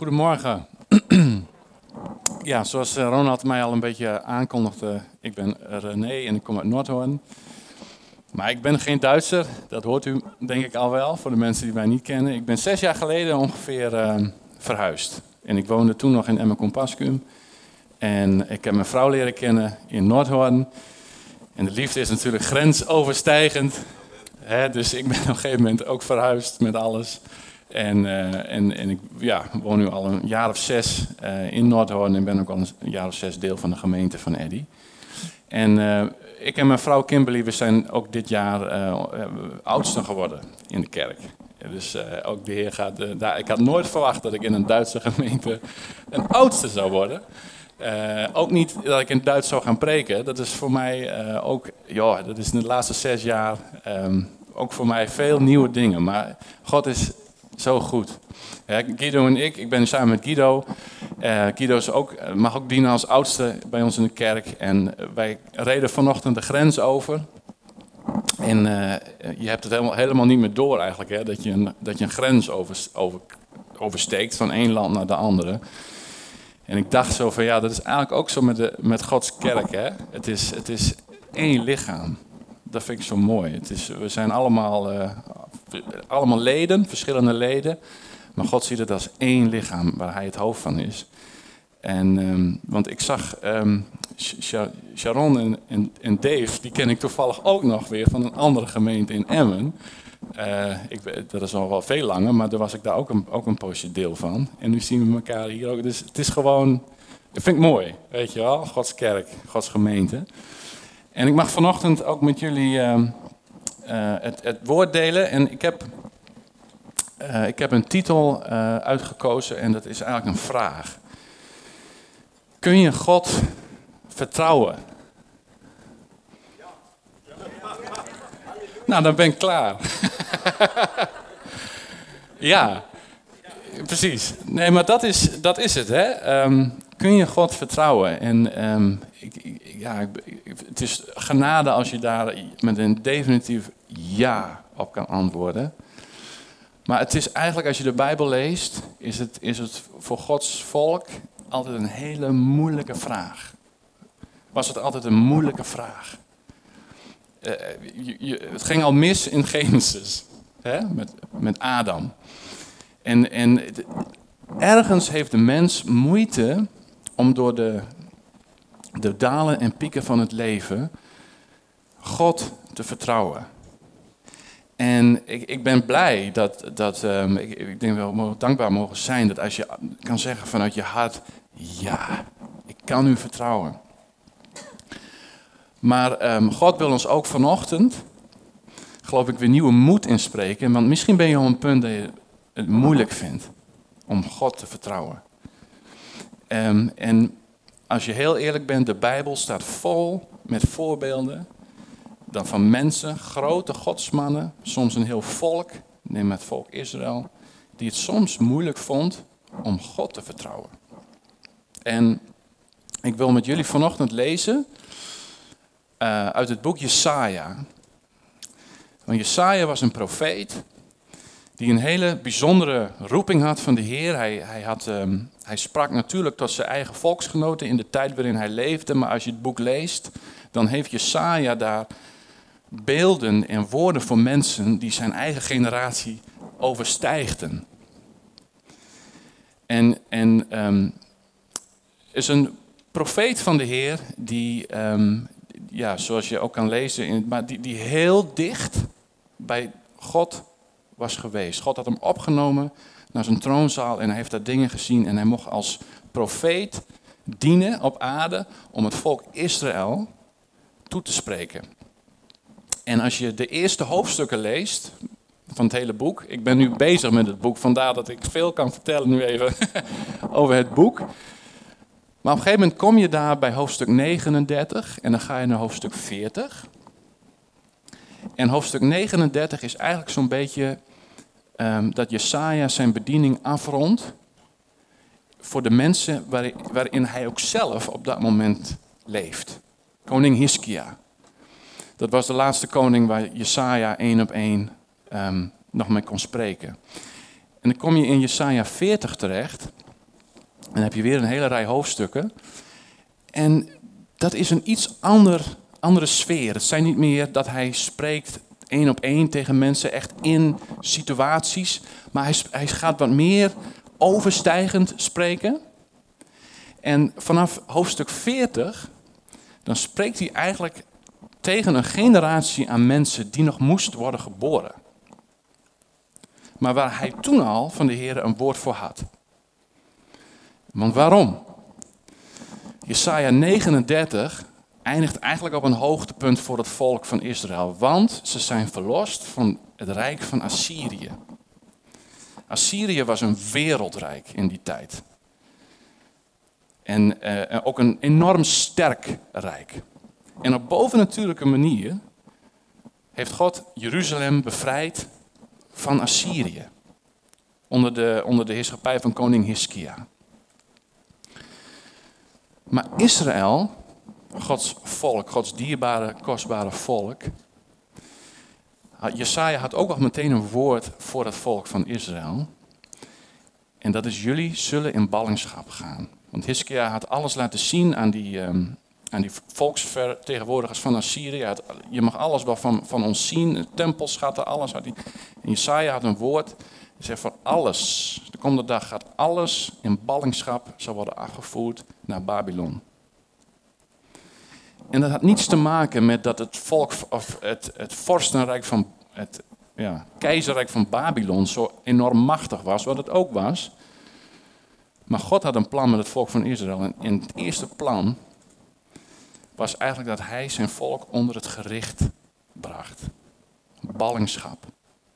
Goedemorgen. Ja, zoals Ronald mij al een beetje aankondigde, ik ben René en ik kom uit Noordhoorn. Maar ik ben geen Duitser, dat hoort u denk ik al wel, voor de mensen die mij niet kennen. Ik ben 6 jaar geleden ongeveer verhuisd. En ik woonde toen nog in Emmen-Compascuum. En ik heb mijn vrouw leren kennen in Noordhoorn. En de liefde is natuurlijk grensoverstijgend. Dus ik ben op een gegeven moment ook verhuisd met alles. En ik woon nu al een jaar of 6 in Noordhoorn en ben ook al een jaar of 6 deel van de gemeente van Eddy. En ik en mijn vrouw Kimberly, we zijn ook dit jaar oudsten geworden in de kerk. Dus ook de Heer gaat daar. Ik had nooit verwacht dat ik in een Duitse gemeente een oudste zou worden. Ook niet dat ik in het Duits zou gaan preken. Dat is voor mij dat is in de laatste 6 jaar ook voor mij veel nieuwe dingen. Maar God is zo goed. Guido en ik ben samen met Guido. Guido mag ook dienen als oudste bij ons in de kerk. En wij reden vanochtend de grens over. En je hebt het helemaal niet meer door eigenlijk, hè, dat je een grens oversteekt van één land naar de andere. En ik dacht zo van dat is eigenlijk ook zo met Gods kerk. Hè? Het is één lichaam. Dat vind ik zo mooi. We zijn allemaal leden, verschillende leden. Maar God ziet het als één lichaam waar hij het hoofd van is. En, want ik zag Sharon en Dave, die ken ik toevallig ook nog weer van een andere gemeente in Emmen. Dat is al wel veel langer, maar daar was ik daar ook een poosje deel van. En nu zien we elkaar hier ook. Dus het is gewoon, dat vind ik mooi, weet je wel. Gods kerk, Gods gemeente. En ik mag vanochtend ook met jullie het woord delen. En ik heb een titel uitgekozen en dat is eigenlijk een vraag. Kun je God vertrouwen? Nou, dan ben ik klaar. Ja, precies. Nee, maar dat is het, hè. Kun je God vertrouwen? En het is genade als je daar met een definitief ja op kan antwoorden. Maar het is eigenlijk, als je de Bijbel leest, is het voor Gods volk altijd een hele moeilijke vraag. Was het altijd een moeilijke vraag? Het ging al mis in Genesis, hè? Met Adam. En ergens heeft de mens moeite om door de dalen en pieken van het leven God te vertrouwen. En ik ben blij ik denk wel dankbaar mogen zijn dat als je kan zeggen vanuit je hart, ja, ik kan u vertrouwen. Maar God wil ons ook vanochtend, geloof ik, weer nieuwe moed inspreken. Want misschien ben je op een punt dat je het moeilijk vindt om God te vertrouwen. En als je heel eerlijk bent, de Bijbel staat vol met voorbeelden dan van mensen, grote godsmannen, soms een heel volk, neem het volk Israël, die het soms moeilijk vond om God te vertrouwen. En ik wil met jullie vanochtend lezen uit het boek Jesaja. Want Jesaja was een profeet die een hele bijzondere roeping had van de Heer. Hij sprak natuurlijk tot zijn eigen volksgenoten in de tijd waarin hij leefde. Maar als je het boek leest, dan heeft Jesaja daar beelden en woorden voor mensen die zijn eigen generatie overstijgden. En is een profeet van de Heer die, zoals je ook kan lezen, maar die heel dicht bij God was geweest. God had hem opgenomen naar zijn troonzaal en hij heeft daar dingen gezien en hij mocht als profeet dienen op aarde om het volk Israël toe te spreken. En als je de eerste hoofdstukken leest van het hele boek, ik ben nu bezig met het boek, vandaar dat ik veel kan vertellen nu even over het boek. Maar op een gegeven moment kom je daar bij hoofdstuk 39 en dan ga je naar hoofdstuk 40. En hoofdstuk 39 is eigenlijk zo'n beetje dat Jesaja zijn bediening afrondt voor de mensen waarin hij ook zelf op dat moment leeft. Koning Hiskia. Dat was de laatste koning waar Jesaja 1 op 1 nog mee kon spreken. En dan kom je in Jesaja 40 terecht. dan heb je weer een hele rij hoofdstukken. En dat is een iets andere sfeer. Het zijn niet meer dat hij spreekt 1 op 1 tegen mensen, echt in situaties. Maar hij gaat wat meer overstijgend spreken. En vanaf hoofdstuk 40, dan spreekt hij eigenlijk tegen een generatie aan mensen die nog moest worden geboren. Maar waar hij toen al van de Heer een woord voor had. Want waarom? Jesaja 39 eindigt eigenlijk op een hoogtepunt voor het volk van Israël. Want ze zijn verlost van het rijk van Assyrië. Assyrië was een wereldrijk in die tijd. En ook een enorm sterk rijk. En op bovennatuurlijke manier heeft God Jeruzalem bevrijd van Assyrië. Onder de heerschappij van koning Hiskia. Maar Israël, Gods volk, Gods dierbare, kostbare volk. Jesaja had ook nog meteen een woord voor het volk van Israël. En dat is: jullie zullen in ballingschap gaan. Want Hiskia had alles laten zien aan die volksvertegenwoordigers van Assyrië. Je mag alles wel van ons zien, tempelschatten, alles had hij. En Jesaja had een woord. Hij zegt: van alles, de komende dag gaat alles in ballingschap zal worden afgevoerd naar Babylon. En dat had niets te maken met dat het volk of het vorstenrijk van het keizerrijk van Babylon zo enorm machtig was, wat het ook was. Maar God had een plan met het volk van Israël. En het eerste plan was eigenlijk dat hij zijn volk onder het gericht bracht. Ballingschap.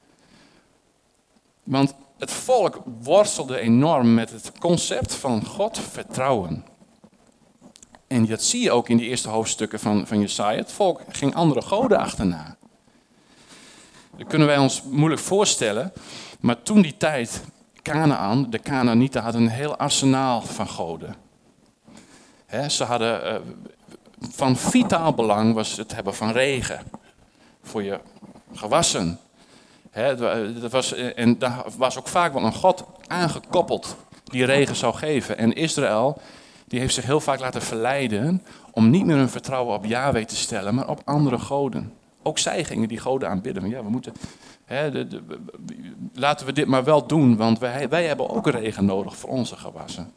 Want het volk worstelde enorm met het concept van God vertrouwen. En dat zie je ook in die eerste hoofdstukken van Jesaja. Het volk ging andere goden achterna. Dat kunnen wij ons moeilijk voorstellen. Maar toen die tijd, Kanaan, de Kanaanieten hadden een heel arsenaal van goden. Ze hadden, van vitaal belang was het hebben van regen. Voor je gewassen. En daar was ook vaak wel een god aangekoppeld die regen zou geven. En Israël, die heeft zich heel vaak laten verleiden om niet meer hun vertrouwen op Yahweh te stellen, maar op andere goden. Ook zij gingen die goden aanbidden. Ja, we moeten, laten we dit maar wel doen, want wij hebben ook regen nodig voor onze gewassen.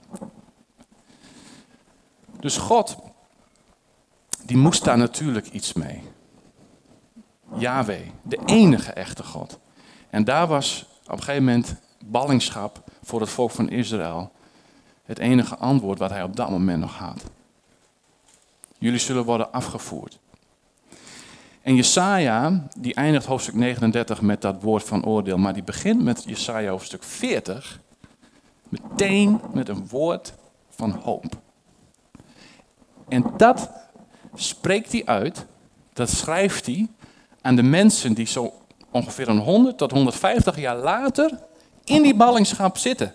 Dus God, die moest daar natuurlijk iets mee. Yahweh, de enige echte God. En daar was op een gegeven moment ballingschap voor het volk van Israël het enige antwoord wat hij op dat moment nog had. Jullie zullen worden afgevoerd. En Jesaja, die eindigt hoofdstuk 39 met dat woord van oordeel, maar die begint met Jesaja hoofdstuk 40 meteen met een woord van hoop. En dat spreekt hij uit, dat schrijft hij aan de mensen die zo ongeveer 100 tot 150 jaar later in die ballingschap zitten.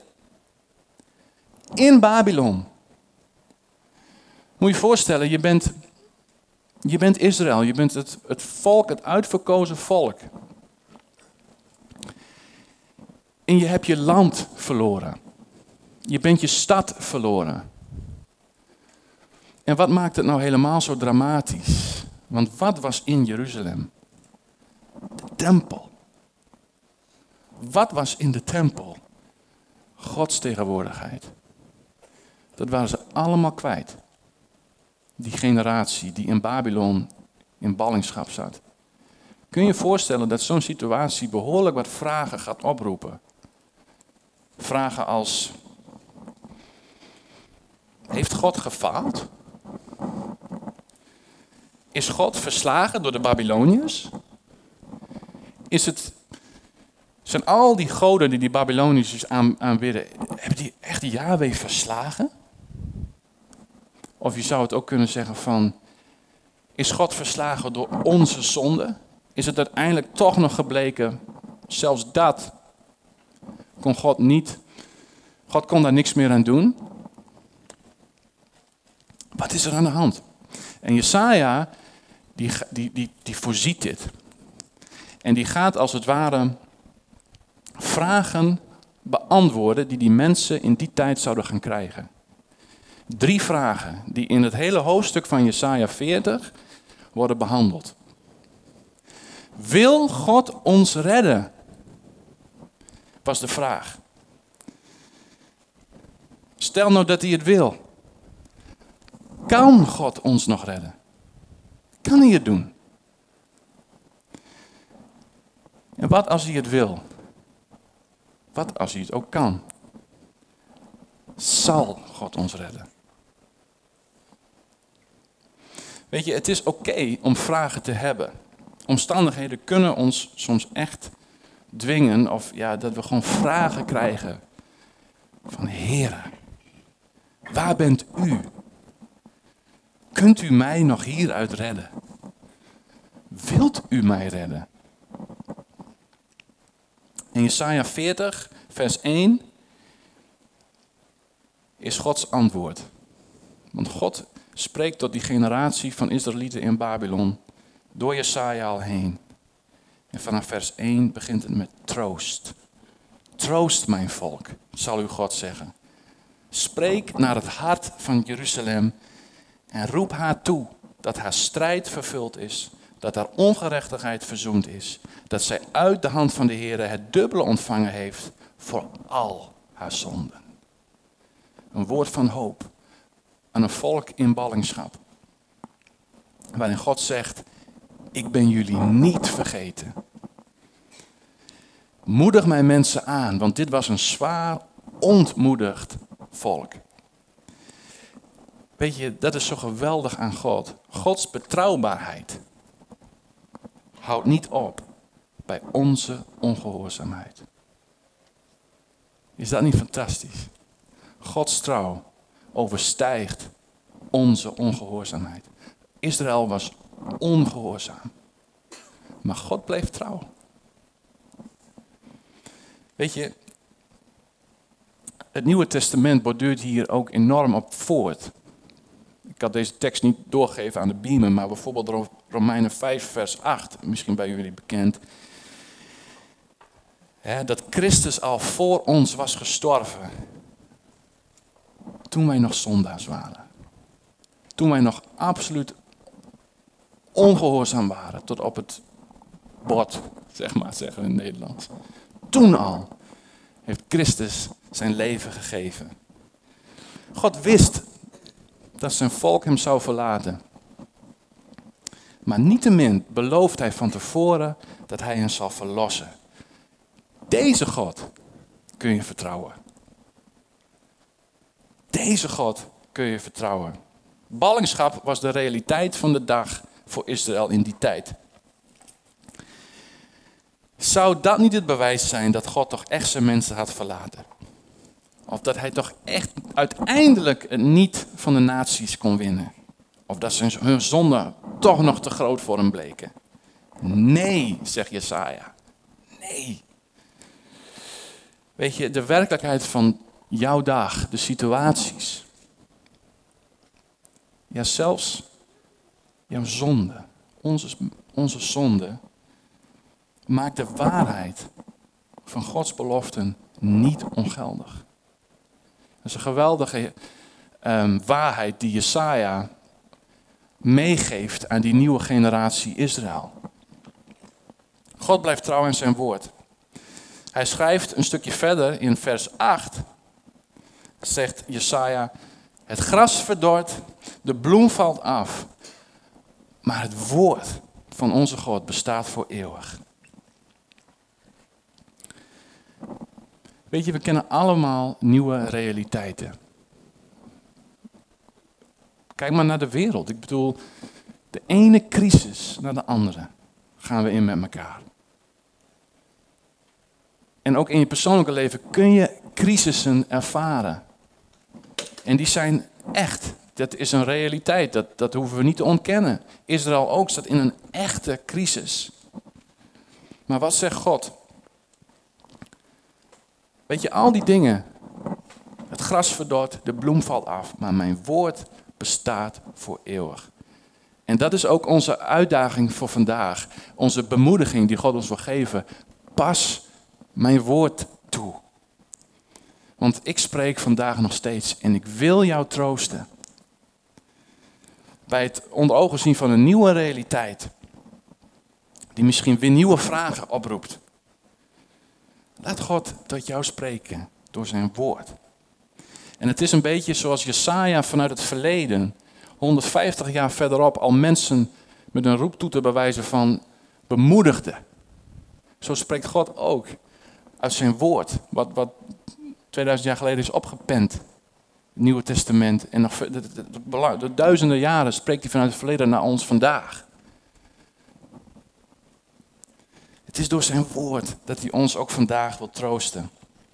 In Babylon. Moet je je voorstellen, je bent Israël, je bent het volk, het uitverkozen volk. En je hebt je land verloren. Je bent je stad verloren. En wat maakt het nou helemaal zo dramatisch? Want wat was in Jeruzalem? De tempel. Wat was in de tempel? Gods tegenwoordigheid. Dat waren ze allemaal kwijt. Die generatie die in Babylon in ballingschap zat. Kun je je voorstellen dat zo'n situatie behoorlijk wat vragen gaat oproepen? Vragen als: heeft God gefaald? Is God verslagen door de Babyloniërs? Zijn al die goden die Babyloniërs aanbidden, hebben die echt Yahweh verslagen? Of je zou het ook kunnen zeggen van: is God verslagen door onze zonde? Is het uiteindelijk toch nog gebleken, zelfs dat kon God niet. God kon daar niks meer aan doen. Wat is er aan de hand? En Jesaja, die voorziet dit. En die gaat als het ware vragen beantwoorden die mensen in die tijd zouden gaan krijgen. 3 vragen die in het hele hoofdstuk van Jesaja 40 worden behandeld. Wil God ons redden? Was de vraag. Stel nou dat hij het wil. Kan God ons nog redden? Kan hij het doen? En wat als hij het wil? Wat als hij het ook kan? Zal God ons redden? Weet je, het is oké om vragen te hebben. Omstandigheden kunnen ons soms echt dwingen, of ja, dat we gewoon vragen krijgen. Van Heere, waar bent u? Kunt u mij nog hieruit redden? Wilt u mij redden? In Jesaja 40, vers 1 is Gods antwoord. Want God spreekt tot die generatie van Israëlieten in Babylon door Jesaja al heen. En vanaf vers 1 begint het met troost. Troost mijn volk, zal uw God zeggen. Spreek naar het hart van Jeruzalem en roep haar toe dat haar strijd vervuld is, dat haar ongerechtigheid verzoend is, dat zij uit de hand van de Heere het dubbele ontvangen heeft voor al haar zonden. Een woord van hoop aan een volk in ballingschap, waarin God zegt, ik ben jullie niet vergeten. Moedig mijn mensen aan, want dit was een zwaar ontmoedigd volk. Weet je, dat is zo geweldig aan God. Gods betrouwbaarheid houdt niet op bij onze ongehoorzaamheid. Is dat niet fantastisch? Gods trouw overstijgt onze ongehoorzaamheid. Israël was ongehoorzaam, maar God bleef trouw. Weet je, het Nieuwe Testament borduurt hier ook enorm op voort. Ik had deze tekst niet doorgegeven aan de beamer, maar bijvoorbeeld Romeinen 5 vers 8, misschien bij jullie bekend. Dat Christus al voor ons was gestorven, toen wij nog zondaars waren. Toen wij nog absoluut ongehoorzaam waren, tot op het bord, zeggen we in het Nederlands. Toen al heeft Christus zijn leven gegeven. God wist dat zijn volk hem zou verlaten. Maar niettemin belooft hij van tevoren dat hij hen zal verlossen. Deze God kun je vertrouwen. Deze God kun je vertrouwen. Ballingschap was de realiteit van de dag voor Israël in die tijd. Zou dat niet het bewijs zijn dat God toch echt zijn mensen had verlaten? Of dat hij toch echt uiteindelijk het niet van de naties kon winnen? Of dat hun zonden toch nog te groot voor hem bleken? Nee, zegt Jesaja. Nee. Weet je, de werkelijkheid van jouw dag, de situaties. Ja, zelfs jouw zonde, onze zonde, maakt de waarheid van Gods beloften niet ongeldig. Dat is een geweldige waarheid die Jesaja meegeeft aan die nieuwe generatie Israël. God blijft trouw aan zijn woord. Hij schrijft een stukje verder in vers 8, zegt Jesaja, het gras verdort, de bloem valt af, maar het woord van onze God bestaat voor eeuwig. Weet je, we kennen allemaal nieuwe realiteiten. Kijk maar naar de wereld. Ik bedoel, de ene crisis naar de andere gaan we in met elkaar. En ook in je persoonlijke leven kun je crisissen ervaren. En die zijn echt. Dat is een realiteit. Dat hoeven we niet te ontkennen. Israël ook staat in een echte crisis. Maar wat zegt God? Weet je, al die dingen. Het gras verdort, de bloem valt af. Maar mijn woord bestaat voor eeuwig. En dat is ook onze uitdaging voor vandaag. Onze bemoediging die God ons wil geven. Pas mijn woord toe. Want ik spreek vandaag nog steeds en ik wil jou troosten. Bij het onder ogen zien van een nieuwe realiteit. Die misschien weer nieuwe vragen oproept. Laat God tot jou spreken door zijn woord. En het is een beetje zoals Jesaja vanuit het verleden, 150 jaar verderop, al mensen met een roeptoeter bewijzen van bemoedigde. Zo spreekt God ook uit zijn woord, wat 2000 jaar geleden is opgepend. Het Nieuwe Testament. En nog de duizenden jaren spreekt hij vanuit het verleden naar ons vandaag. Het is door zijn woord dat hij ons ook vandaag wil troosten.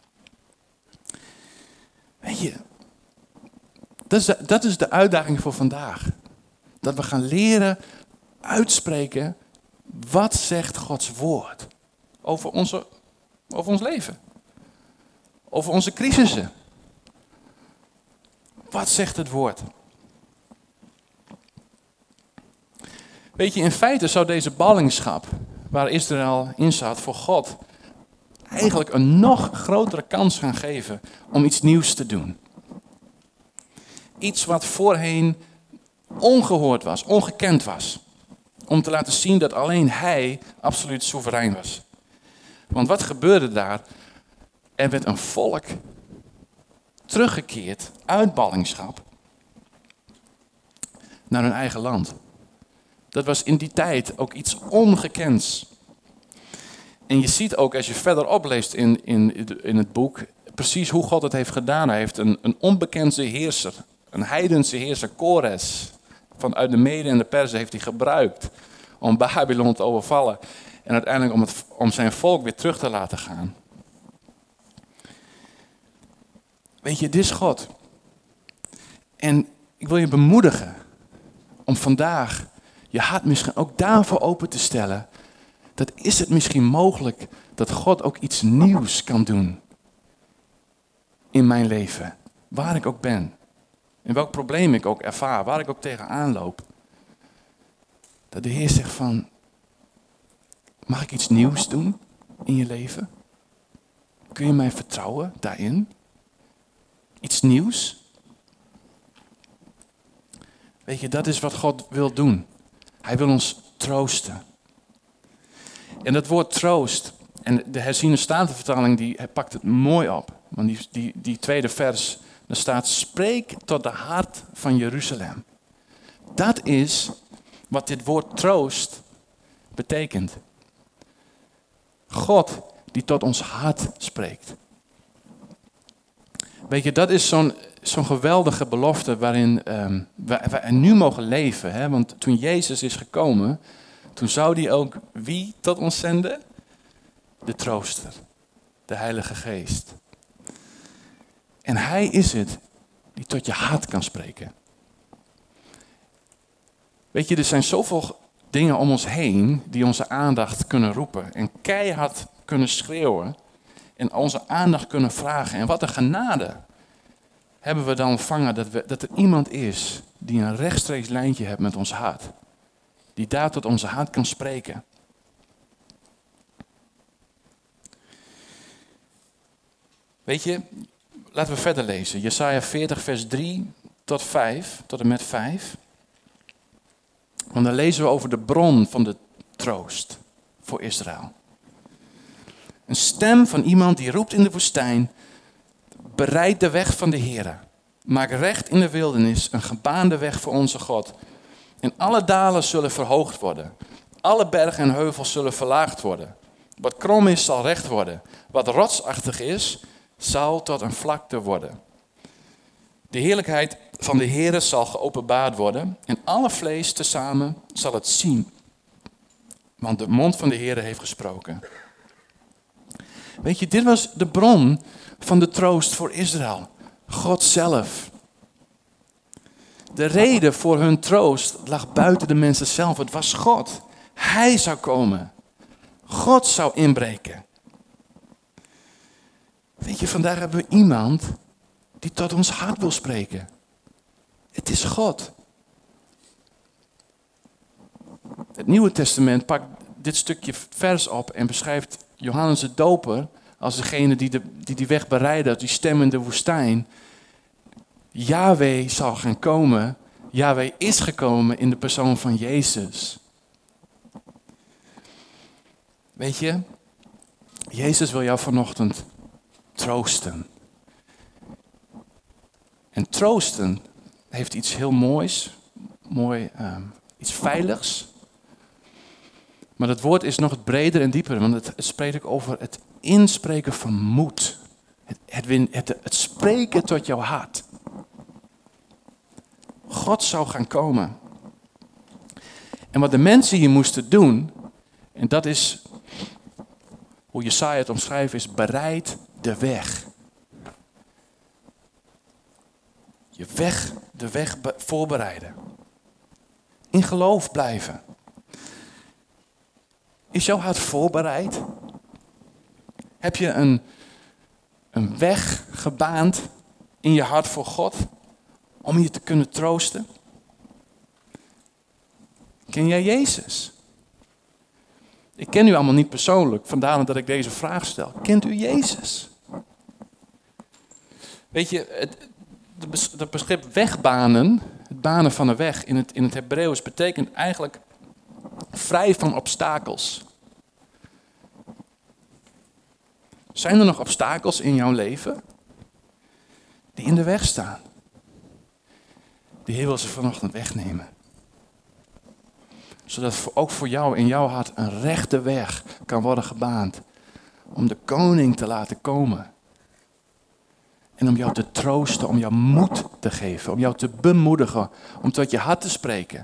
Weet je, dat is de uitdaging voor vandaag. Dat we gaan leren uitspreken, wat zegt Gods woord over ons leven? Over onze crisissen. Wat zegt het woord? Weet je, in feite zou deze ballingschap, waar Israël in zat, voor God eigenlijk een nog grotere kans gaan geven om iets nieuws te doen. Iets wat voorheen ongehoord was, ongekend was. Om te laten zien dat alleen hij absoluut soeverein was. Want wat gebeurde daar? Er werd een volk teruggekeerd uit ballingschap naar hun eigen land. Dat was in die tijd ook iets ongekends. En je ziet ook als je verder opleest in het boek precies hoe God het heeft gedaan. Hij heeft een onbekende heerser, een heidense heerser, Kores, vanuit de Meden en de Perzen heeft hij gebruikt om Babylon te overvallen. En uiteindelijk om zijn volk weer terug te laten gaan. Weet je, dit is God. En ik wil je bemoedigen om vandaag je hart misschien ook daarvoor open te stellen. Dat is het misschien mogelijk dat God ook iets nieuws kan doen in mijn leven. Waar ik ook ben. In welk probleem ik ook ervaar. Waar ik ook tegenaan loop. Dat de Heer zegt van, mag ik iets nieuws doen in je leven? Kun je mij vertrouwen daarin? Iets nieuws? Weet je, dat is wat God wil doen. Hij wil ons troosten. En dat woord troost, en de herziene statenvertaling die pakt het mooi op. Want die tweede vers, daar staat, spreek tot de hart van Jeruzalem. Dat is wat dit woord troost betekent. God die tot ons hart spreekt. Weet je, dat is zo'n geweldige belofte waarin we nu mogen leven. Hè? Want toen Jezus is gekomen, toen zou hij ook wie tot ons zenden? De trooster, de Heilige Geest. En hij is het die tot je hart kan spreken. Weet je, er zijn zoveel dingen om ons heen die onze aandacht kunnen roepen. En keihard kunnen schreeuwen. En onze aandacht kunnen vragen. En wat een genade hebben we dan ontvangen dat er iemand is die een rechtstreeks lijntje heeft met ons hart. Die daar tot onze hart kan spreken. Weet je, laten we verder lezen. Jesaja 40 vers 3 tot en met 5. Want dan lezen we over de bron van de troost voor Israël. Een stem van iemand die roept in de woestijn. Bereid de weg van de Heere. Maak recht in de wildernis een gebaande weg voor onze God. En alle dalen zullen verhoogd worden. Alle bergen en heuvels zullen verlaagd worden. Wat krom is, zal recht worden. Wat rotsachtig is, zal tot een vlakte worden. De heerlijkheid van de Heere zal geopenbaard worden. En alle vlees tezamen zal het zien. Want de mond van de Heere heeft gesproken. Weet je, dit was de bron van de troost voor Israël. God zelf. De reden voor hun troost lag buiten de mensen zelf. Het was God. Hij zou komen. God zou inbreken. Weet je, vandaag hebben we iemand die tot ons hart wil spreken. Het is God. Het Nieuwe Testament pakt dit stukje vers op en beschrijft Johannes de Doper als degene die weg bereidde, die stem in de woestijn. Yahweh zal gaan komen. Yahweh is gekomen in de persoon van Jezus. Weet je, Jezus wil jou vanochtend troosten. En troosten heeft iets heel moois, iets veiligs. Maar dat woord is nog breder en dieper, want het spreekt ook over het inspreken van moed. Het spreken tot jouw hart. God zou gaan komen. En wat de mensen hier moesten doen, en dat is hoe Jesaja het omschrijft, is bereid de weg. De weg voorbereiden. In geloof blijven. Is jouw hart voorbereid? Heb je een weg gebaand in je hart voor God om je te kunnen troosten? Ken jij Jezus? Ik ken u allemaal niet persoonlijk, vandaar dat ik deze vraag stel. Kent u Jezus? Weet je, het begrip wegbanen, het banen van een weg in het Hebreeuws betekent eigenlijk vrij van obstakels. Zijn er nog obstakels in jouw leven die in de weg staan? De Heer wil ze vanochtend wegnemen. Zodat ook voor jou in jouw hart een rechte weg kan worden gebaand. Om de koning te laten komen. En om jou te troosten, om jou moed te geven. Om jou te bemoedigen, om tot je hart te spreken.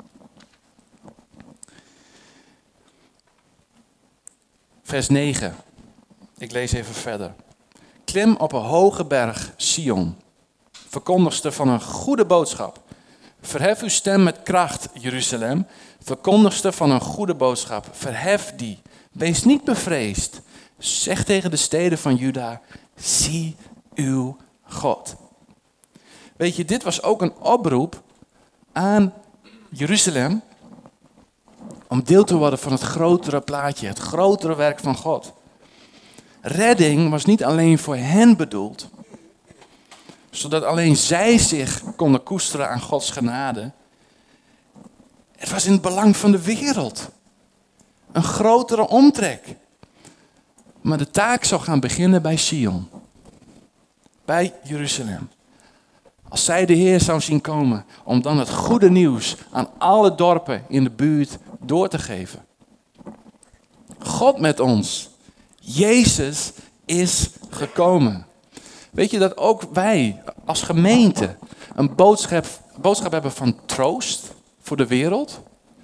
Vers 9. Ik lees even verder. Klim op een hoge berg, Sion. Verkondigster van een goede boodschap. Verhef uw stem met kracht, Jeruzalem. Verkondigster van een goede boodschap. Verhef die. Wees niet bevreesd. Zeg tegen de steden van Juda. Zie uw God. Weet je, dit was ook een oproep aan Jeruzalem. Om deel te worden van het grotere plaatje. Het grotere werk van God. Redding was niet alleen voor hen bedoeld. Zodat alleen zij zich konden koesteren aan Gods genade. Het was in het belang van de wereld. Een grotere omtrek. Maar de taak zou gaan beginnen bij Sion. Bij Jeruzalem. Als zij de Heer zou zien komen. Om dan het goede nieuws aan alle dorpen in de buurt door te geven. God met ons. Jezus is gekomen. Weet je dat ook wij als gemeente een boodschap hebben van troost voor de wereld?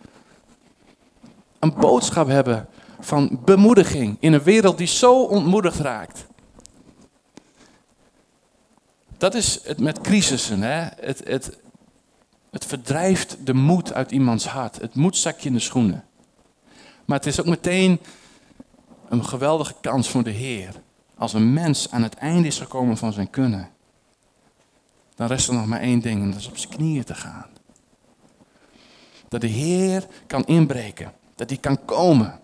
Een boodschap hebben van bemoediging in een wereld die zo ontmoedigd raakt. Dat is het met crisissen. Hè? Het verdrijft de moed uit iemands hart. Het moedzakje in de schoenen. Maar het is ook meteen een geweldige kans voor de Heer. Als een mens aan het einde is gekomen van zijn kunnen. Dan rest er nog maar één ding. En dat is op zijn knieën te gaan. Dat de Heer kan inbreken. Dat hij kan komen.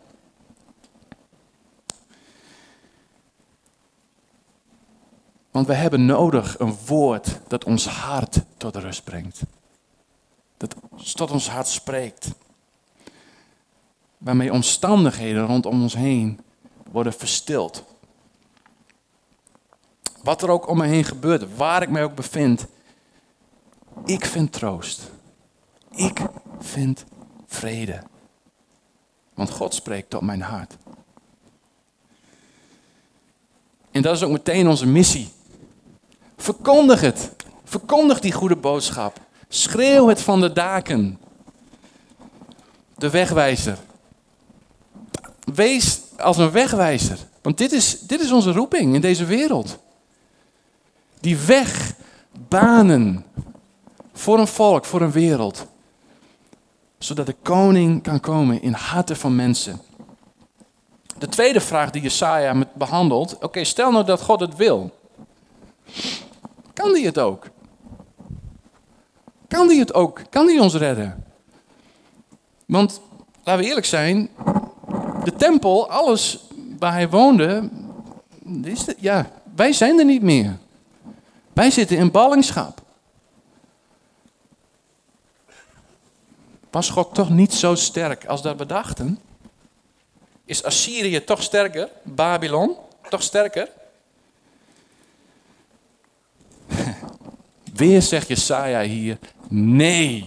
Want we hebben nodig een woord dat ons hart tot rust brengt. Dat tot ons hart spreekt. Waarmee omstandigheden rondom ons heen worden verstild. Wat er ook om me heen gebeurt, waar ik mij ook bevind. Ik vind troost. Ik vind vrede. Want God spreekt tot mijn hart. En dat is ook meteen onze missie. Verkondig het. Verkondig die goede boodschap. Schreeuw het van de daken. De wegwijzer. Wees als een wegwijzer. Want dit is onze roeping in deze wereld. Die weg banen voor een volk, voor een wereld. Zodat de koning kan komen in harten van mensen. De tweede vraag die Jesaja behandelt. Oké, stel nou dat God het wil. Kan die het ook? Kan die het ook? Kan die ons redden? Want, laten we eerlijk zijn. De tempel, alles waar hij woonde, Ja, wij zijn er niet meer. Wij zitten in ballingschap. Was God toch niet zo sterk als dat we dachten? Is Assyrië toch sterker? Babylon toch sterker? Weer zegt Jesaja hier, nee.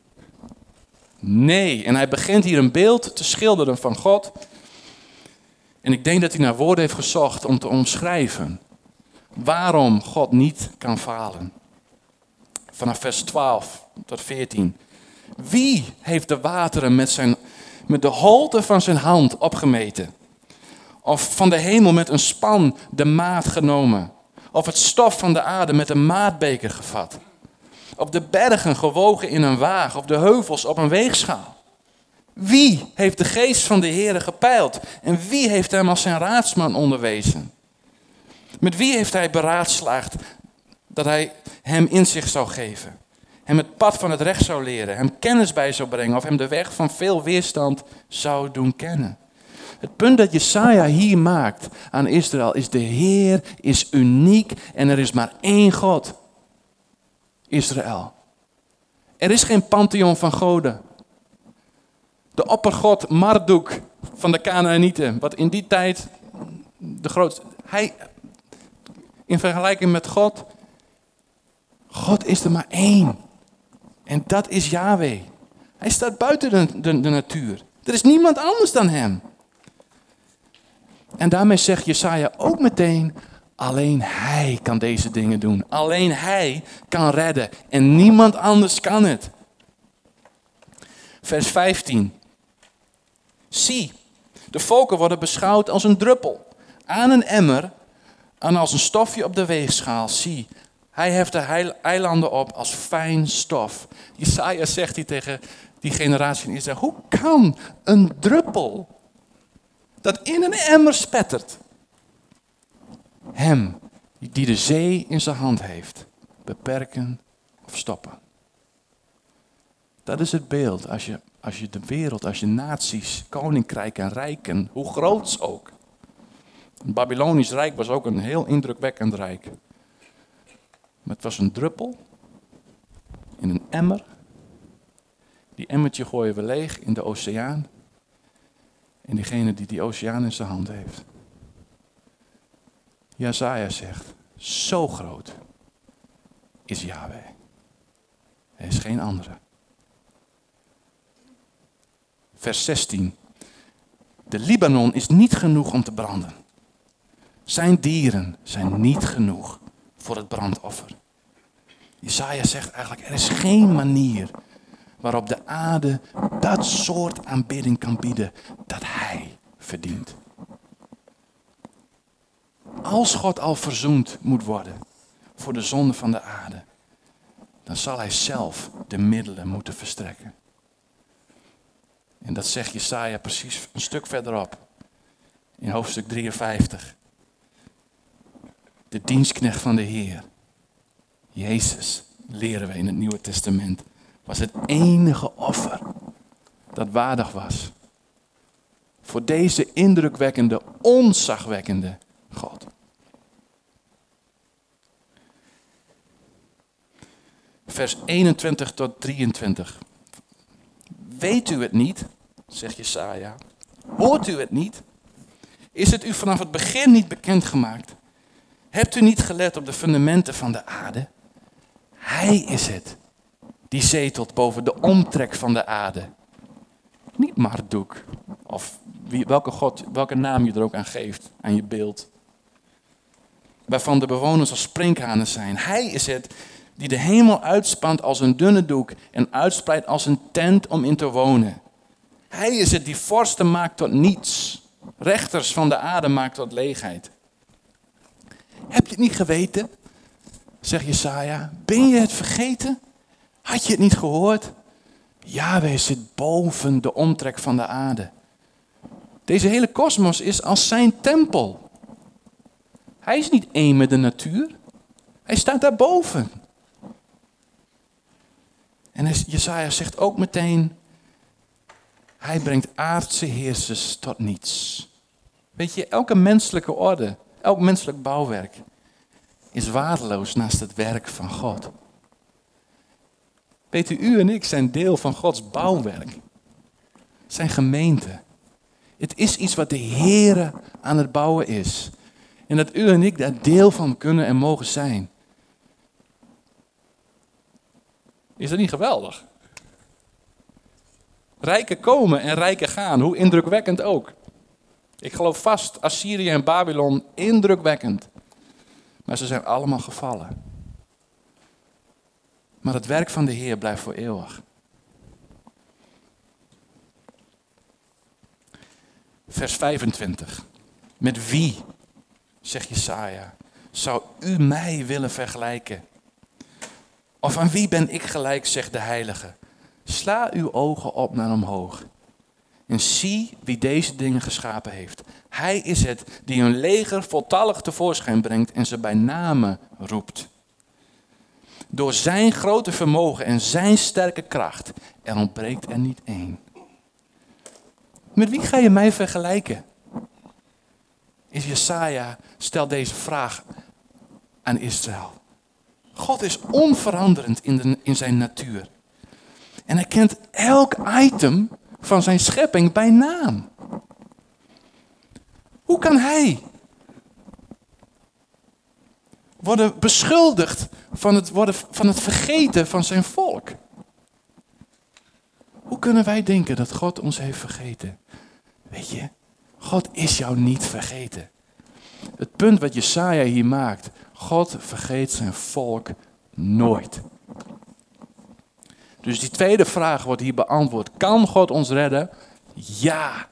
Nee. En hij begint hier een beeld te schilderen van God. En ik denk dat hij naar woorden heeft gezocht om te omschrijven waarom God niet kan falen. Vanaf vers 12 tot 14. Wie heeft de wateren met de holte van zijn hand opgemeten? Of van de hemel met een span de maat genomen? Of het stof van de aarde met een maatbeker gevat? Op de bergen gewogen in een waag, op de heuvels op een weegschaal? Wie heeft de geest van de Heere gepeild? En wie heeft hem als zijn raadsman onderwezen? Met wie heeft hij beraadslaagd dat hij hem inzicht zou geven? Hem het pad van het recht zou leren, hem kennis bij zou brengen of hem de weg van veel weerstand zou doen kennen. Het punt dat Jesaja hier maakt aan Israël is: de Heer is uniek en er is maar één God. Israël. Er is geen pantheon van goden. De oppergod Marduk van de Kanaanieten, wat in die tijd de grootste... in vergelijking met God, God is er maar één. En dat is Yahweh. Hij staat buiten de natuur. Er is niemand anders dan hem. En daarmee zegt Jesaja ook meteen: alleen hij kan deze dingen doen. Alleen hij kan redden. En niemand anders kan het. Vers 15. Zie, de volken worden beschouwd als een druppel aan een emmer en als een stofje op de weegschaal. Zie, hij heft de eilanden op als fijn stof. Jesaja zegt hier tegen die generatie in Israël: hoe kan een druppel dat in een emmer spettert hem die de zee in zijn hand heeft beperken of stoppen? Dat is het beeld als je de wereld, als je naties, koninkrijken en rijken, hoe groot ook. Het Babylonisch Rijk was ook een heel indrukwekkend rijk. Maar het was een druppel in een emmer. Die emmertje gooien we leeg in de oceaan. En diegene die oceaan in zijn hand heeft. Jesaja zegt: zo groot is Yahweh. Er is geen andere. Vers 16. De Libanon is niet genoeg om te branden. Zijn dieren zijn niet genoeg voor het brandoffer. Jesaja zegt eigenlijk: er is geen manier waarop de aarde dat soort aanbidding kan bieden dat hij verdient. Als God al verzoend moet worden voor de zonde van de aarde, dan zal hij zelf de middelen moeten verstrekken. En dat zegt Jesaja precies een stuk verderop, in hoofdstuk 53. De dienstknecht van de Heer, Jezus, leren we in het Nieuwe Testament, was het enige offer dat waardig was voor deze indrukwekkende, ontzagwekkende God. Vers 21 tot 23. Weet u het niet, zegt Jesaja. Hoort u het niet? Is het u vanaf het begin niet bekendgemaakt? Hebt u niet gelet op de fundamenten van de aarde? Hij is het die zetelt boven de omtrek van de aarde. Niet Marduk of welke naam je er ook aan geeft, aan je beeld. Waarvan de bewoners als sprinkhanen zijn. Hij is het die de hemel uitspant als een dunne doek en uitspreidt als een tent om in te wonen. Hij is het die vorsten maakt tot niets, rechters van de aarde maakt tot leegheid. Heb je het niet geweten, zegt Jesaja? Ben je het vergeten? Had je het niet gehoord? Yahweh zit boven de omtrek van de aarde. Deze hele kosmos is als zijn tempel. Hij is niet één met de natuur. Hij staat daarboven. En Jesaja zegt ook meteen: hij brengt aardse heersers tot niets. Weet je, elke menselijke orde, elk menselijk bouwwerk is waardeloos naast het werk van God. Weet u en ik zijn deel van Gods bouwwerk. Zijn gemeente. Het is iets wat de Heere aan het bouwen is. En dat u en ik daar deel van kunnen en mogen zijn. Is dat niet geweldig? Rijken komen en rijken gaan, hoe indrukwekkend ook. Ik geloof vast, Assyrië en Babylon, indrukwekkend. Maar ze zijn allemaal gevallen. Maar het werk van de Heer blijft voor eeuwig. Vers 25. Met wie, zegt Jesaja, zou u mij willen vergelijken? Of aan wie ben ik gelijk, zegt de Heilige? Sla uw ogen op naar omhoog. En zie wie deze dingen geschapen heeft. Hij is het die een leger voltallig tevoorschijn brengt en ze bij name roept. Door zijn grote vermogen en zijn sterke kracht, er ontbreekt er niet één. Met wie ga je mij vergelijken? Jesaja stelt deze vraag aan Israël. God is onveranderend in zijn natuur. En hij kent elk item van zijn schepping bij naam. Hoe kan hij worden beschuldigd van het vergeten van zijn volk? Hoe kunnen wij denken dat God ons heeft vergeten? Weet je, God is jou niet vergeten. Het punt wat Jesaja hier maakt, God vergeet zijn volk nooit. Dus die tweede vraag wordt hier beantwoord. Kan God ons redden? Ja.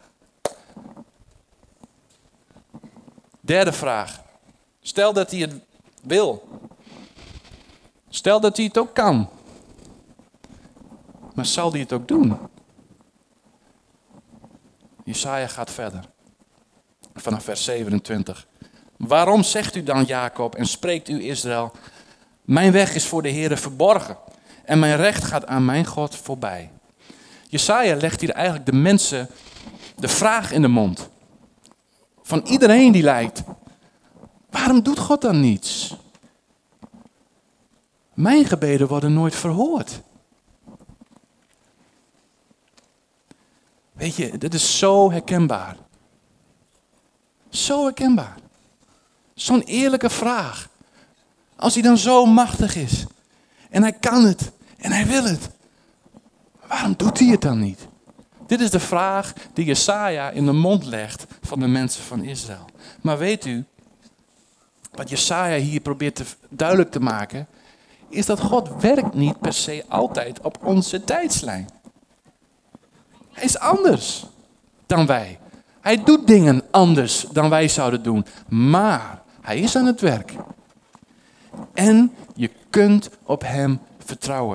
Derde vraag. Stel dat hij het wil. Stel dat hij het ook kan. Maar zal hij het ook doen? Jesaja gaat verder. Vanaf vers 27. Waarom zegt u dan Jacob en spreekt u Israël? Mijn weg is voor de Heere verborgen. En mijn recht gaat aan mijn God voorbij. Jesaja legt hier eigenlijk de mensen de vraag in de mond. Van iedereen die lijdt. Waarom doet God dan niets? Mijn gebeden worden nooit verhoord. Weet je, dit is zo herkenbaar. Zo herkenbaar. Zo'n eerlijke vraag. Als hij dan zo machtig is. En hij kan het. En hij wil het. Waarom doet hij het dan niet? Dit is de vraag die Jesaja in de mond legt van de mensen van Israël. Maar weet u, wat Jesaja hier probeert duidelijk te maken, is dat God werkt niet per se altijd op onze tijdslijn. Hij is anders dan wij. Hij doet dingen anders dan wij zouden doen. Maar hij is aan het werk. En je kunt op hem vertrouwen.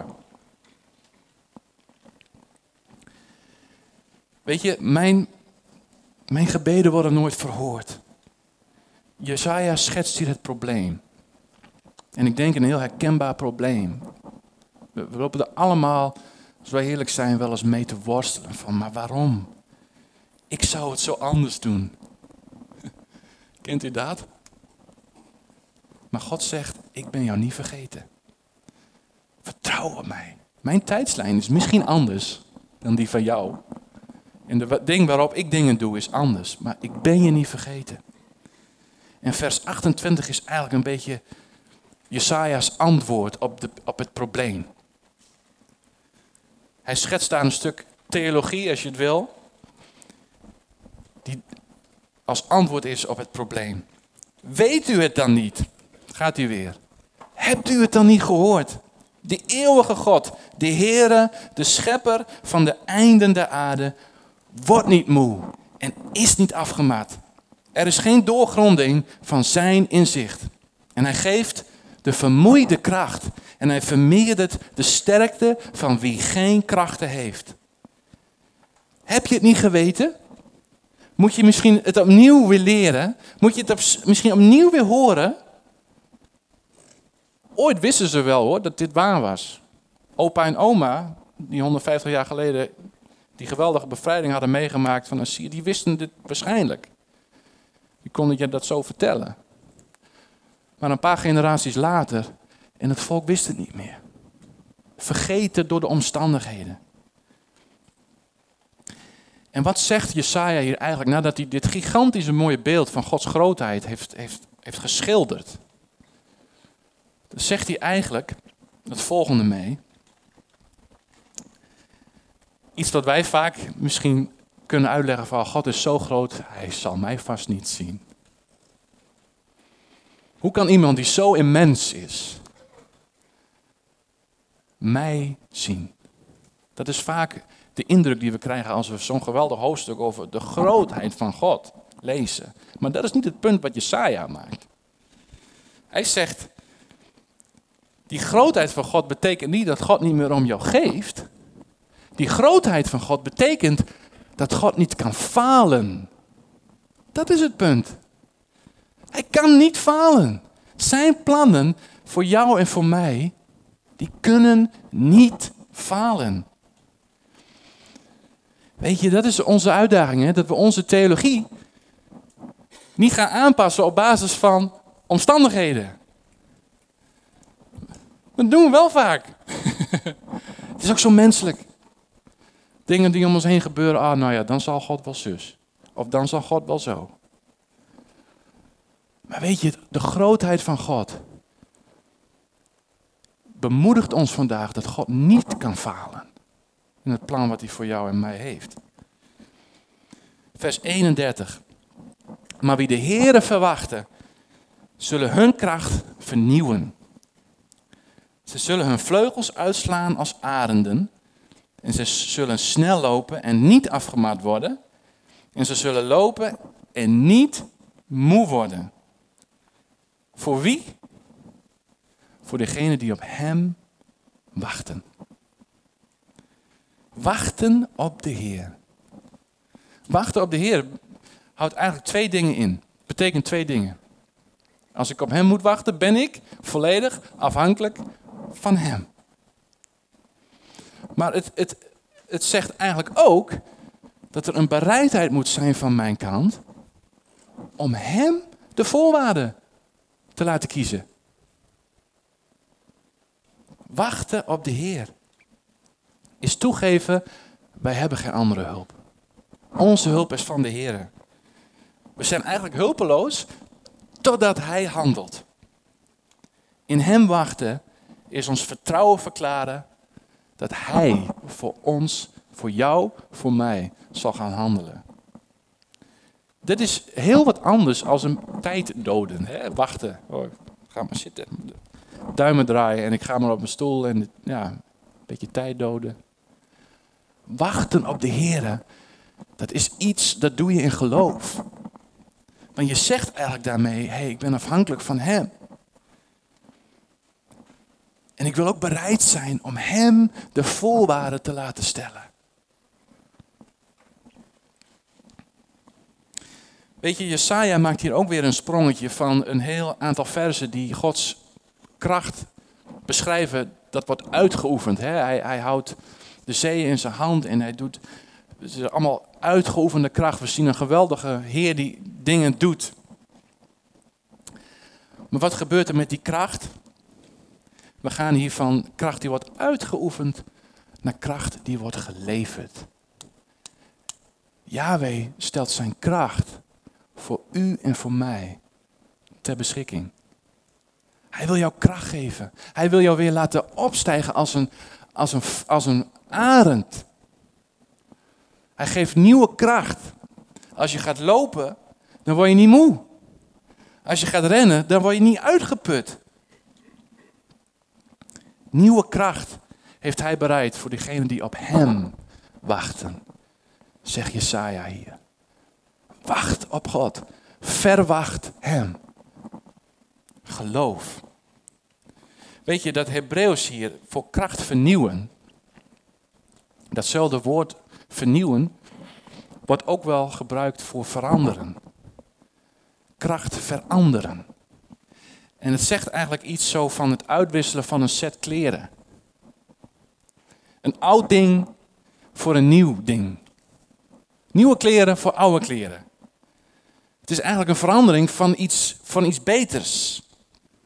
Weet je, mijn gebeden worden nooit verhoord. Jesaja schetst hier het probleem. En ik denk een heel herkenbaar probleem. We lopen er allemaal, als wij eerlijk zijn, wel eens mee te worstelen. Van, maar waarom? Ik zou het zo anders doen. Kent u dat? Maar God zegt, ik ben jou niet vergeten. Vertrouw op mij. Mijn tijdslijn is misschien anders dan die van jou. En de ding waarop ik dingen doe is anders. Maar ik ben je niet vergeten. En vers 28 is eigenlijk een beetje Jesaja's antwoord op het probleem. Hij schetst daar een stuk theologie, als je het wil, die als antwoord is op het probleem. Weet u het dan niet? Gaat u weer. Hebt u het dan niet gehoord? De eeuwige God, de Heere, de schepper van de einden der aarde, wordt niet moe en is niet afgemat. Er is geen doorgronding van zijn inzicht. En hij geeft de vermoeide kracht. En hij vermeerdert de sterkte van wie geen krachten heeft. Heb je het niet geweten? Moet je misschien het opnieuw weer leren? Moet je het misschien opnieuw weer horen? Ooit wisten ze wel hoor, dat dit waar was. Opa en oma, die 150 jaar geleden die geweldige bevrijding hadden meegemaakt van Assyrië, die wisten dit waarschijnlijk. Die konden je dat zo vertellen. Maar een paar generaties later, en het volk wist het niet meer. Vergeten door de omstandigheden. En wat zegt Jesaja hier eigenlijk nadat hij dit gigantische mooie beeld van Gods grootheid heeft geschilderd? Dan zegt hij eigenlijk het volgende mee. Iets dat wij vaak misschien kunnen uitleggen van God is zo groot, hij zal mij vast niet zien. Hoe kan iemand die zo immens is, mij zien? Dat is vaak de indruk die we krijgen als we zo'n geweldig hoofdstuk over de grootheid van God lezen. Maar dat is niet het punt wat Jesaja maakt. Hij zegt, die grootheid van God betekent niet dat God niet meer om jou geeft. Die grootheid van God betekent dat God niet kan falen. Dat is het punt. Hij kan niet falen. Zijn plannen voor jou en voor mij, die kunnen niet falen. Weet je, dat is onze uitdaging, hè? Dat we onze theologie niet gaan aanpassen op basis van omstandigheden. Dat doen we wel vaak. Het is ook zo menselijk. Dingen die om ons heen gebeuren, nou ja, dan zal God wel zus. Of dan zal God wel zo. Maar weet je, de grootheid van God bemoedigt ons vandaag dat God niet kan falen in het plan wat hij voor jou en mij heeft. Vers 31. Maar wie de Heere verwachten, zullen hun kracht vernieuwen. Ze zullen hun vleugels uitslaan als arenden. En ze zullen snel lopen en niet afgemat worden. En ze zullen lopen en niet moe worden. Voor wie? Voor degenen die op hem wachten. Wachten op de Heer. Wachten op de Heer houdt eigenlijk twee dingen in. Betekent twee dingen. Als ik op hem moet wachten, ben ik volledig afhankelijk van hem. Maar het zegt eigenlijk ook dat er een bereidheid moet zijn van mijn kant om hem de voorwaarden te laten kiezen. Wachten op de Heer is toegeven, wij hebben geen andere hulp. Onze hulp is van de Heer. We zijn eigenlijk hulpeloos totdat hij handelt. In hem wachten is ons vertrouwen verklaren dat hij voor ons, voor jou, voor mij zal gaan handelen. Dit is heel wat anders als een tijd doden. Hè? Wachten. Oh, ik ga maar zitten. Duimen draaien en ik ga maar op mijn stoel en een beetje tijd doden. Wachten op de Heer, dat is iets, dat doe je in geloof. Want je zegt eigenlijk daarmee, ik ben afhankelijk van hem. En ik wil ook bereid zijn om hem de voorwaarden te laten stellen. Weet je, Jesaja maakt hier ook weer een sprongetje van een heel aantal versen die Gods kracht beschrijven. Dat wordt uitgeoefend. Hè? Hij houdt de zeeën in zijn hand en hij doet allemaal uitgeoefende kracht. We zien een geweldige Heer die dingen doet. Maar wat gebeurt er met die kracht? We gaan hier van kracht die wordt uitgeoefend naar kracht die wordt geleverd. Yahweh stelt zijn kracht voor u en voor mij ter beschikking. Hij wil jou kracht geven. Hij wil jou weer laten opstijgen als een arend. Hij geeft nieuwe kracht. Als je gaat lopen, dan word je niet moe. Als je gaat rennen, dan word je niet uitgeput. Nieuwe kracht heeft hij bereid voor diegenen die op hem wachten. Zegt Jesaja hier. Wacht op God. Verwacht hem. Geloof. Weet je dat Hebreeuws hier voor kracht vernieuwen. Datzelfde woord vernieuwen wordt ook wel gebruikt voor veranderen. Kracht veranderen. En het zegt eigenlijk iets zo van het uitwisselen van een set kleren. Een oud ding voor een nieuw ding. Nieuwe kleren voor oude kleren. Het is eigenlijk een verandering van iets beters.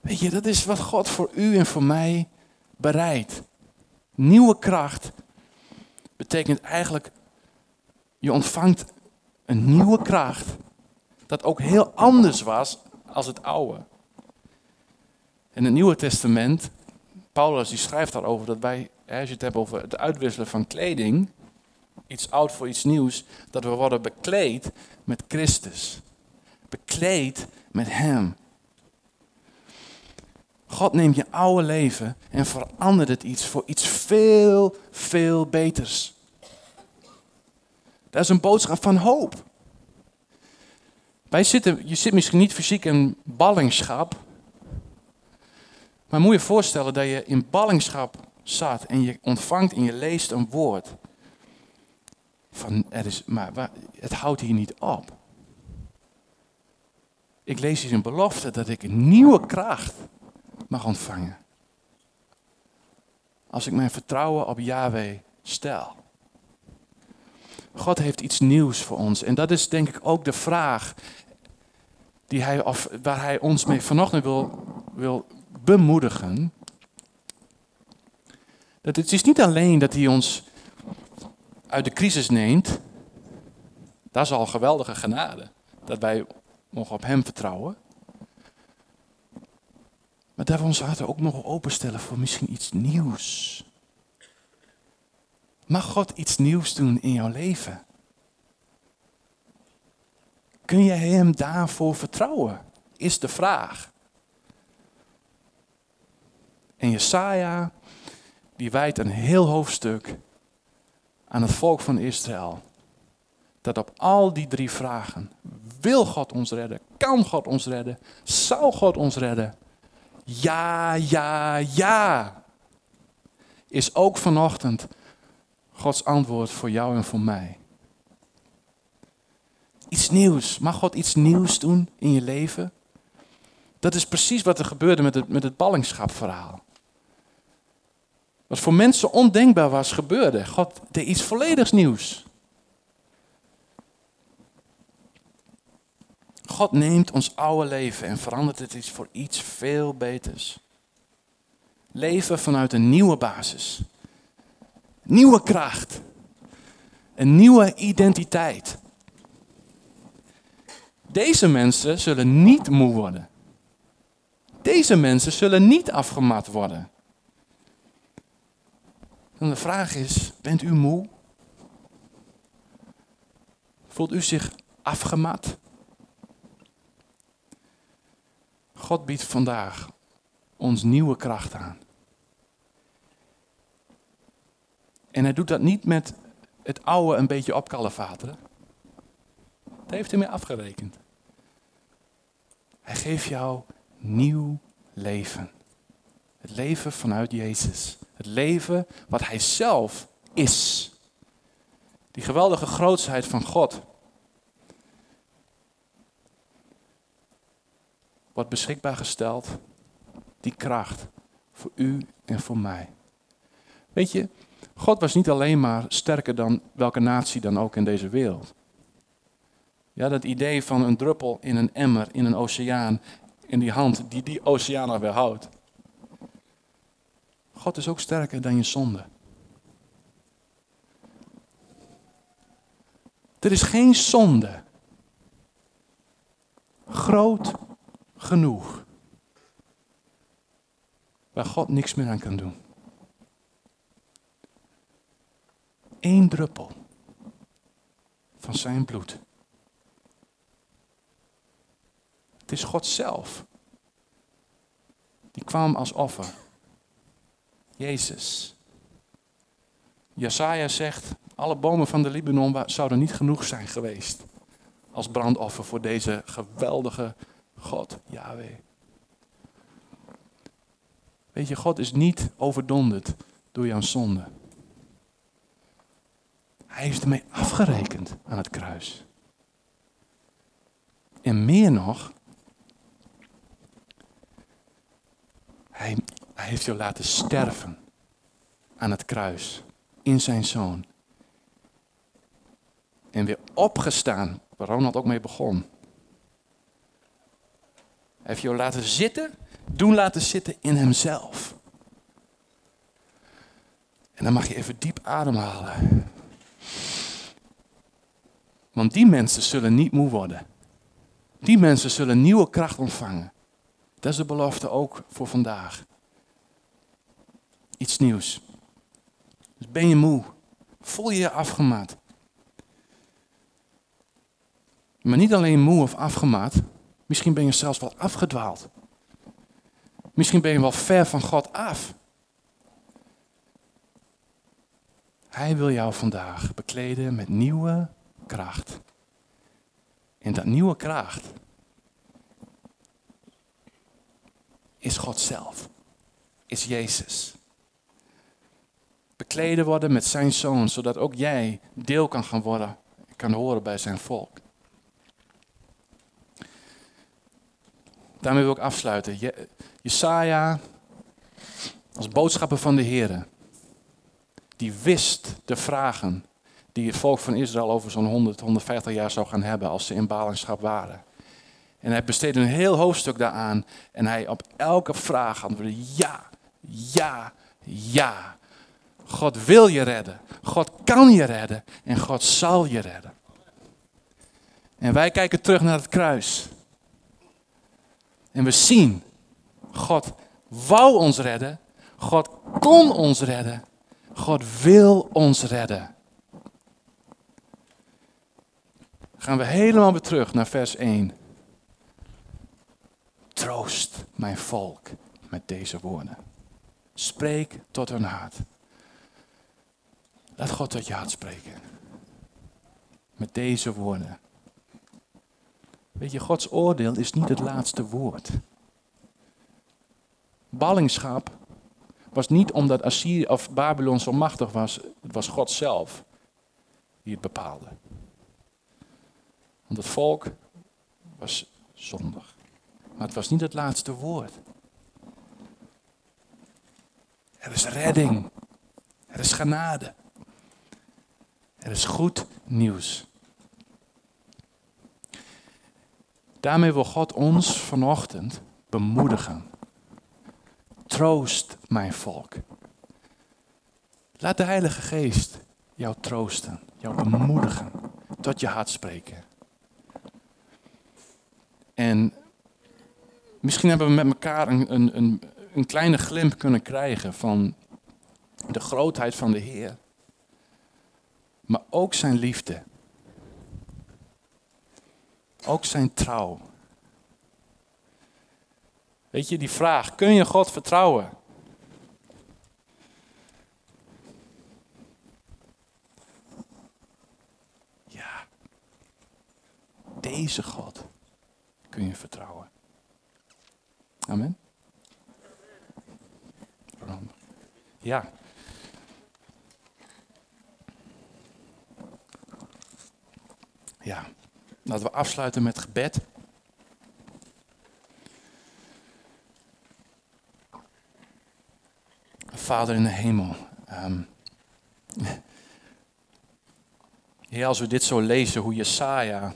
Weet je, dat is wat God voor u en voor mij bereidt. Nieuwe kracht betekent eigenlijk, je ontvangt een nieuwe kracht. Dat ook heel anders was als het oude. In het Nieuwe Testament, Paulus die schrijft daarover dat wij, als je het hebt over het uitwisselen van kleding, iets oud voor iets nieuws, dat we worden bekleed met Christus. Bekleed met Hem. God neemt je oude leven en verandert het iets voor iets veel, veel beters. Dat is een boodschap van hoop. Je zit misschien niet fysiek in ballingschap. Maar moet je je voorstellen dat je in ballingschap zat en je ontvangt en je leest een woord. Maar het houdt hier niet op. Ik lees hier een belofte dat ik een nieuwe kracht mag ontvangen. Als ik mijn vertrouwen op Yahweh stel. God heeft iets nieuws voor ons. En dat is denk ik ook de vraag waar hij ons mee vanochtend wil bemoedigen. Dat het is niet alleen dat hij ons uit de crisis neemt. Dat is al geweldige genade. Dat wij mogen op hem vertrouwen. Maar dat we ons harten ook mogen openstellen voor misschien iets nieuws. Mag God iets nieuws doen in jouw leven? Kun je hem daarvoor vertrouwen? Is de vraag. En Jesaja, die wijdt een heel hoofdstuk aan het volk van Israël. Dat op al die 3 vragen, wil God ons redden? Kan God ons redden? Zal God ons redden? Ja, ja, ja. Is ook vanochtend Gods antwoord voor jou en voor mij. Iets nieuws. Mag God iets nieuws doen in je leven? Dat is precies wat er gebeurde met het ballingschapverhaal. Wat voor mensen ondenkbaar was, gebeurde. God deed iets volledigs nieuws. God neemt ons oude leven en verandert het voor iets veel beters. Leven vanuit een nieuwe basis. Nieuwe kracht. Een nieuwe identiteit. Deze mensen zullen niet moe worden. Deze mensen zullen niet afgemat worden. En de vraag is, bent u moe? Voelt u zich afgemat? God biedt vandaag ons nieuwe kracht aan. En hij doet dat niet met het oude een beetje opkalevateren. Daar heeft hij mee afgerekend. Hij geeft jou nieuw leven. Het leven vanuit Jezus. Het leven wat hij zelf is. Die geweldige grootsheid van God. Wordt beschikbaar gesteld. Die kracht. Voor u en voor mij. Weet je, God was niet alleen maar sterker dan welke natie dan ook in deze wereld. Ja, dat idee van een druppel in een emmer, in een oceaan, in die hand die oceaan nog weer houdt. God is ook sterker dan je zonde. Er is geen zonde groot genoeg waar God niks meer aan kan doen. 1 druppel van zijn bloed. Het is God zelf. Die kwam als offer. Jezus. Jesaja zegt, alle bomen van de Libanon zouden niet genoeg zijn geweest als brandoffer voor deze geweldige God, Yahweh. Weet je, God is niet overdonderd door jouw zonde. Hij heeft ermee afgerekend aan het kruis. En meer nog, hij heeft jou laten sterven aan het kruis in zijn zoon. En weer opgestaan, waar Ronald ook mee begon. Hij heeft jou laten zitten doen laten zitten in hemzelf. En dan mag je even diep ademhalen. Want die mensen zullen niet moe worden. Die mensen zullen nieuwe kracht ontvangen. Dat is de belofte ook voor vandaag. Iets nieuws. Dus ben je moe? Voel je je afgemat? Maar niet alleen moe of afgemat. Misschien ben je zelfs wel afgedwaald. Misschien ben je wel ver van God af. Hij wil jou vandaag bekleden met nieuwe kracht. En dat nieuwe kracht is God zelf. Is Jezus. Bekleden worden met zijn zoon, zodat ook jij deel kan gaan worden, kan horen bij zijn volk. Daarmee wil ik afsluiten. Jesaja, als boodschapper van de Heere, die wist de vragen die het volk van Israël over zo'n 150 jaar zou gaan hebben als ze in ballingschap waren. En hij besteedde een heel hoofdstuk daaraan en hij op elke vraag antwoordde ja, ja, ja. God wil je redden, God kan je redden en God zal je redden. En wij kijken terug naar het kruis. En we zien, God wou ons redden, God kon ons redden, God wil ons redden. Gaan we helemaal weer terug naar vers 1. Troost mijn volk met deze woorden. Spreek tot hun hart. Laat God tot je hart spreken. Met deze woorden. Weet je, Gods oordeel is niet het laatste woord. Ballingschap was niet omdat Assyrië of Babylon zo machtig was. Het was God zelf die het bepaalde. Want het volk was zondig. Maar het was niet het laatste woord. Er is redding. Er is genade. Er is goed nieuws. Daarmee wil God ons vanochtend bemoedigen. Troost mijn volk. Laat de Heilige Geest jou troosten, jou bemoedigen, tot je hart spreken. En misschien hebben we met elkaar een kleine glimp kunnen krijgen van de grootheid van de Heer. Maar ook zijn liefde. Ook zijn trouw. Weet je, die vraag, kun je God vertrouwen? Ja. Deze God kun je vertrouwen. Amen. Ja. Ja. Laten we afsluiten met gebed. Vader in de hemel. Heer, als we dit zo lezen, hoe Jesaja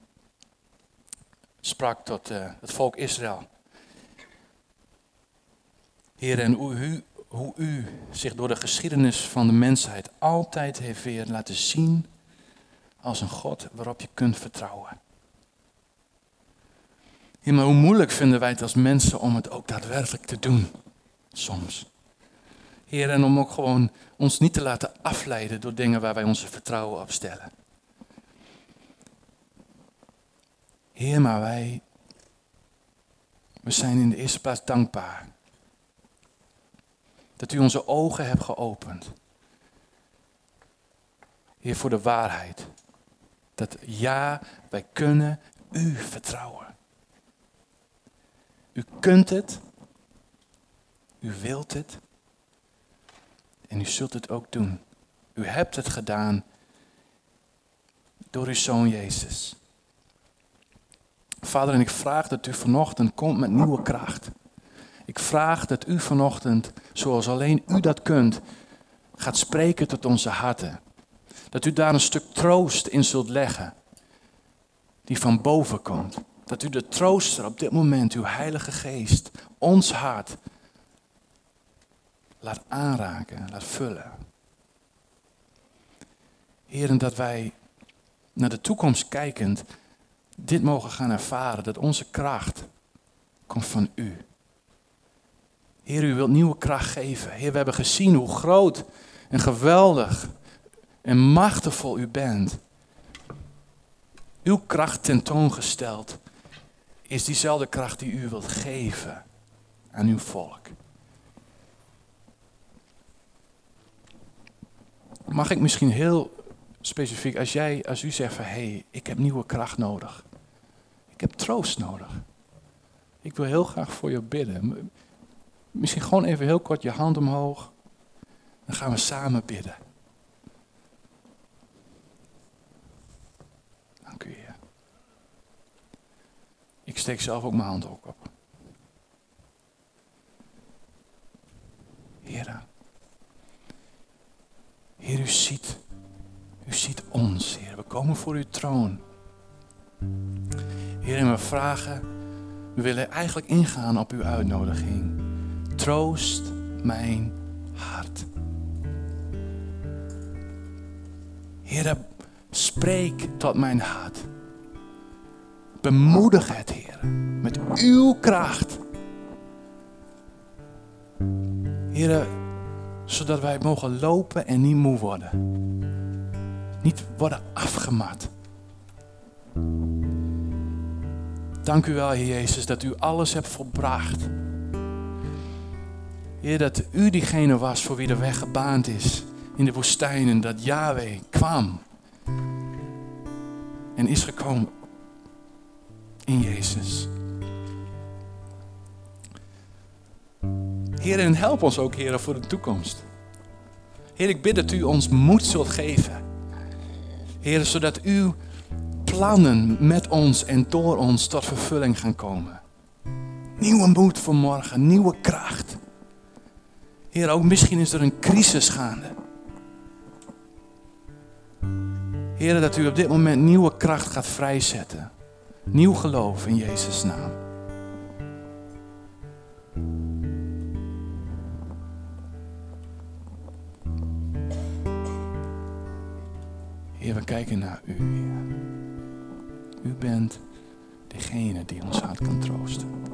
sprak tot het volk Israël. Heer, en hoe u zich door de geschiedenis van de mensheid altijd heeft weer laten zien als een God waarop je kunt vertrouwen. Heer, maar hoe moeilijk vinden wij het als mensen om het ook daadwerkelijk te doen, soms. Heer, en om ook gewoon ons niet te laten afleiden door dingen waar wij onze vertrouwen op stellen. Heer, maar we zijn in de eerste plaats dankbaar. Dat u onze ogen hebt geopend. Heer, voor de waarheid. Dat ja, wij kunnen u vertrouwen. U kunt het. U wilt het. En u zult het ook doen. U hebt het gedaan door uw Zoon Jezus. Vader, en ik vraag dat u vanochtend komt met nieuwe kracht. Ik vraag dat u vanochtend, zoals alleen u dat kunt, gaat spreken tot onze harten. Dat u daar een stuk troost in zult leggen, die van boven komt. Dat u de trooster op dit moment, uw Heilige Geest, ons hart laat aanraken, laat vullen. Heer, en dat wij naar de toekomst kijkend dit mogen gaan ervaren. Dat onze kracht komt van u. Heer, u wilt nieuwe kracht geven. Heer, we hebben gezien hoe groot en geweldig en machtigvol u bent. Uw kracht tentoongesteld is diezelfde kracht die u wilt geven aan uw volk. Mag ik misschien heel specifiek, als u zegt van hé, ik heb nieuwe kracht nodig. Ik heb troost nodig. Ik wil heel graag voor je bidden. Misschien gewoon even heel kort je hand omhoog. Dan gaan we samen bidden. Dank u, Heer. Ik steek zelf ook mijn hand ook op. Heer, Heer, u ziet ons, Heer. We komen voor uw troon. Heer, en we vragen, we willen eigenlijk ingaan op uw uitnodiging. Troost mijn hart. Heer, spreek tot mijn hart. Bemoedig het, Heer, met uw kracht. Heer, zodat wij mogen lopen en niet moe worden. Niet worden afgemat. Dank u wel, Heer Jezus, dat u alles hebt volbracht. Heer, dat u diegene was voor wie de weg gebaand is in de woestijn. En dat Yahweh kwam en is gekomen in Jezus. Heer, en help ons ook, Heer, voor de toekomst. Heer, ik bid dat u ons moed zult geven. Heer, zodat uw plannen met ons en door ons tot vervulling gaan komen. Nieuwe moed voor morgen, nieuwe kracht. Heer, ook misschien is er een crisis gaande. Heer, dat u op dit moment nieuwe kracht gaat vrijzetten. Nieuw geloof in Jezus' naam. Heer, we kijken naar u, Heer. U bent degene die ons hart kan troosten.